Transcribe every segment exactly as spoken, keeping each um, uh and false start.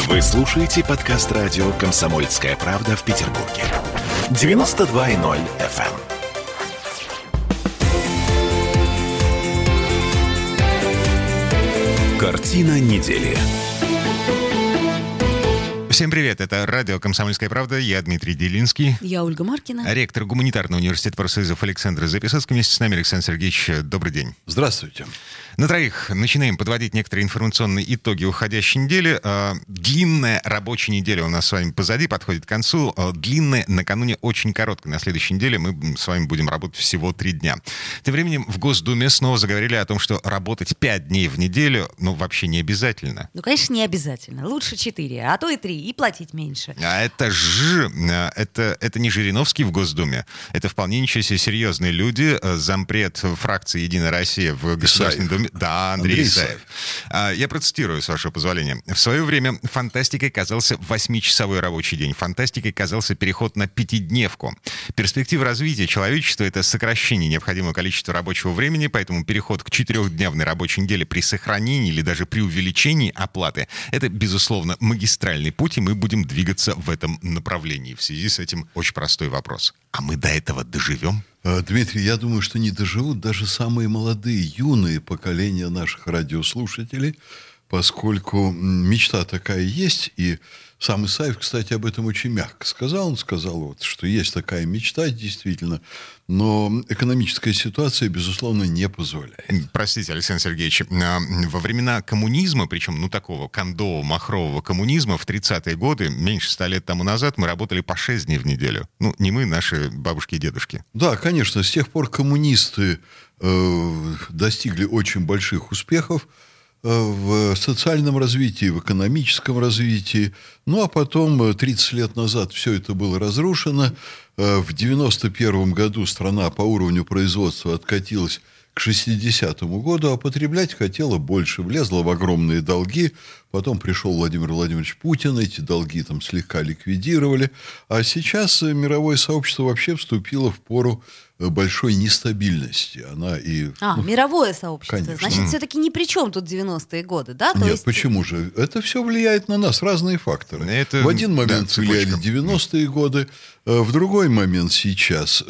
Вы слушаете подкаст радио «Комсомольская правда» в Петербурге. девяносто два и ноль эф эм. Картина недели. Всем привет, это радио «Комсомольская правда», я Дмитрий Делинский. Я Ольга Маркина. Ректор Гуманитарного университета профсоюзов Александр Записоцкий. Вместе с нами Александр Сергеевич, добрый день. Здравствуйте. На троих начинаем подводить некоторые информационные итоги уходящей недели. Длинная рабочая неделя у нас с вами позади, подходит к концу. Длинная, накануне очень короткая. На следующей неделе мы с вами будем работать всего три дня. Тем временем в Госдуме снова заговорили о том, что работать пять дней в неделю, ну, вообще не обязательно. Ну, конечно, не обязательно. Лучше четыре, а то и три, и платить меньше. А это ж... Это, это не Жириновский в Госдуме. Это вполне ничего себе серьезные люди. Зампред фракции «Единая Россия» в Государственной Думе. Да, Андрей, Андрей Исаев. Исаев. Я процитирую, с вашего позволения. В свое время фантастикой казался восьмичасовой рабочий день. Фантастикой казался переход на пятидневку. Перспектива развития человечества — это сокращение необходимого количества рабочего времени, поэтому переход к четырехдневной рабочей неделе при сохранении или даже при увеличении оплаты — это, безусловно, магистральный путь, и мы будем двигаться в этом направлении. В связи с этим очень простой вопрос. А мы до этого доживем? Дмитрий, я думаю, что не доживут даже самые молодые, юные поколения наших радиослушателей, поскольку мечта такая есть, и сам Исаев, кстати, об этом очень мягко сказал. Он сказал, вот, что есть такая мечта, действительно, но экономическая ситуация, безусловно, не позволяет. Простите, Александр Сергеевич, во времена коммунизма, причем, ну, такого кондового, махрового коммунизма, в тридцатые годы, меньше ста лет тому назад, мы работали по шесть дней в неделю. Ну, не мы, наши бабушки и дедушки. Да, конечно, с тех пор коммунисты э, достигли очень больших успехов в социальном развитии, в экономическом развитии. Ну, а потом, тридцать лет назад, все это было разрушено. В девяносто первом году страна по уровню производства откатилась к шестидесятому году, а потреблять хотела больше. Влезла в огромные долги. Потом пришел Владимир Владимирович Путин, эти долги там слегка ликвидировали. А сейчас мировое сообщество вообще вступило в пору большой нестабильности. Она и, а, ну, мировое сообщество. Конечно. Значит, все-таки ни при чем тут девяностые годы, да? То Нет, есть... почему же? Это все влияет на нас, разные факторы. Это, в один момент да, влияли девяностые годы, в другой момент сейчас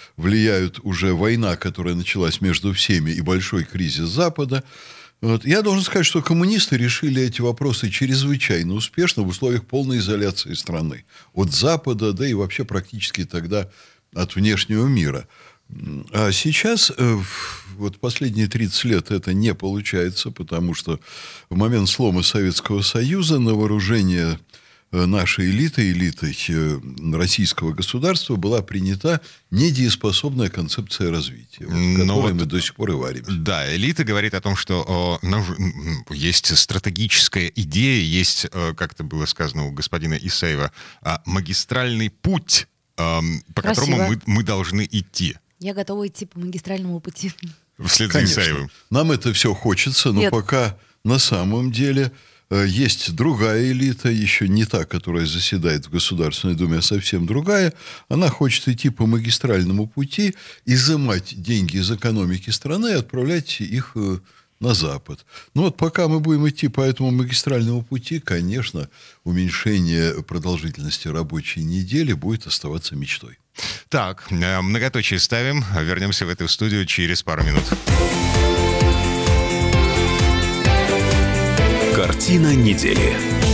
влияют уже война, которая началась между всеми, и большой кризис Запада. Вот. Я должен сказать, что коммунисты решили эти вопросы чрезвычайно успешно в условиях полной изоляции страны от Запада, да и вообще практически тогда от внешнего мира. А сейчас, вот последние тридцать лет это не получается, потому что в момент слома Советского Союза на вооружение нашей элиты, элитой российского государства была принята недееспособная концепция развития, в которой вот, мы до сих пор и варимся. Да, элита говорит о том, что о, ну, есть стратегическая идея, есть, как это было сказано у господина Исаева, магистральный путь, по Красиво. которому мы, мы должны идти. Я готова идти по магистральному пути. Вслед за Исаевым. Нам это все хочется, но Нет. пока на самом деле есть другая элита, еще не та, которая заседает в Государственной Думе, а совсем другая. Она хочет идти по магистральному пути, изымать деньги из экономики страны и отправлять их на Запад. Ну вот пока мы будем идти по этому магистральному пути, конечно, уменьшение продолжительности рабочей недели будет оставаться мечтой. Так, многоточие ставим. Вернемся в эту студию через пару минут. Картина недели.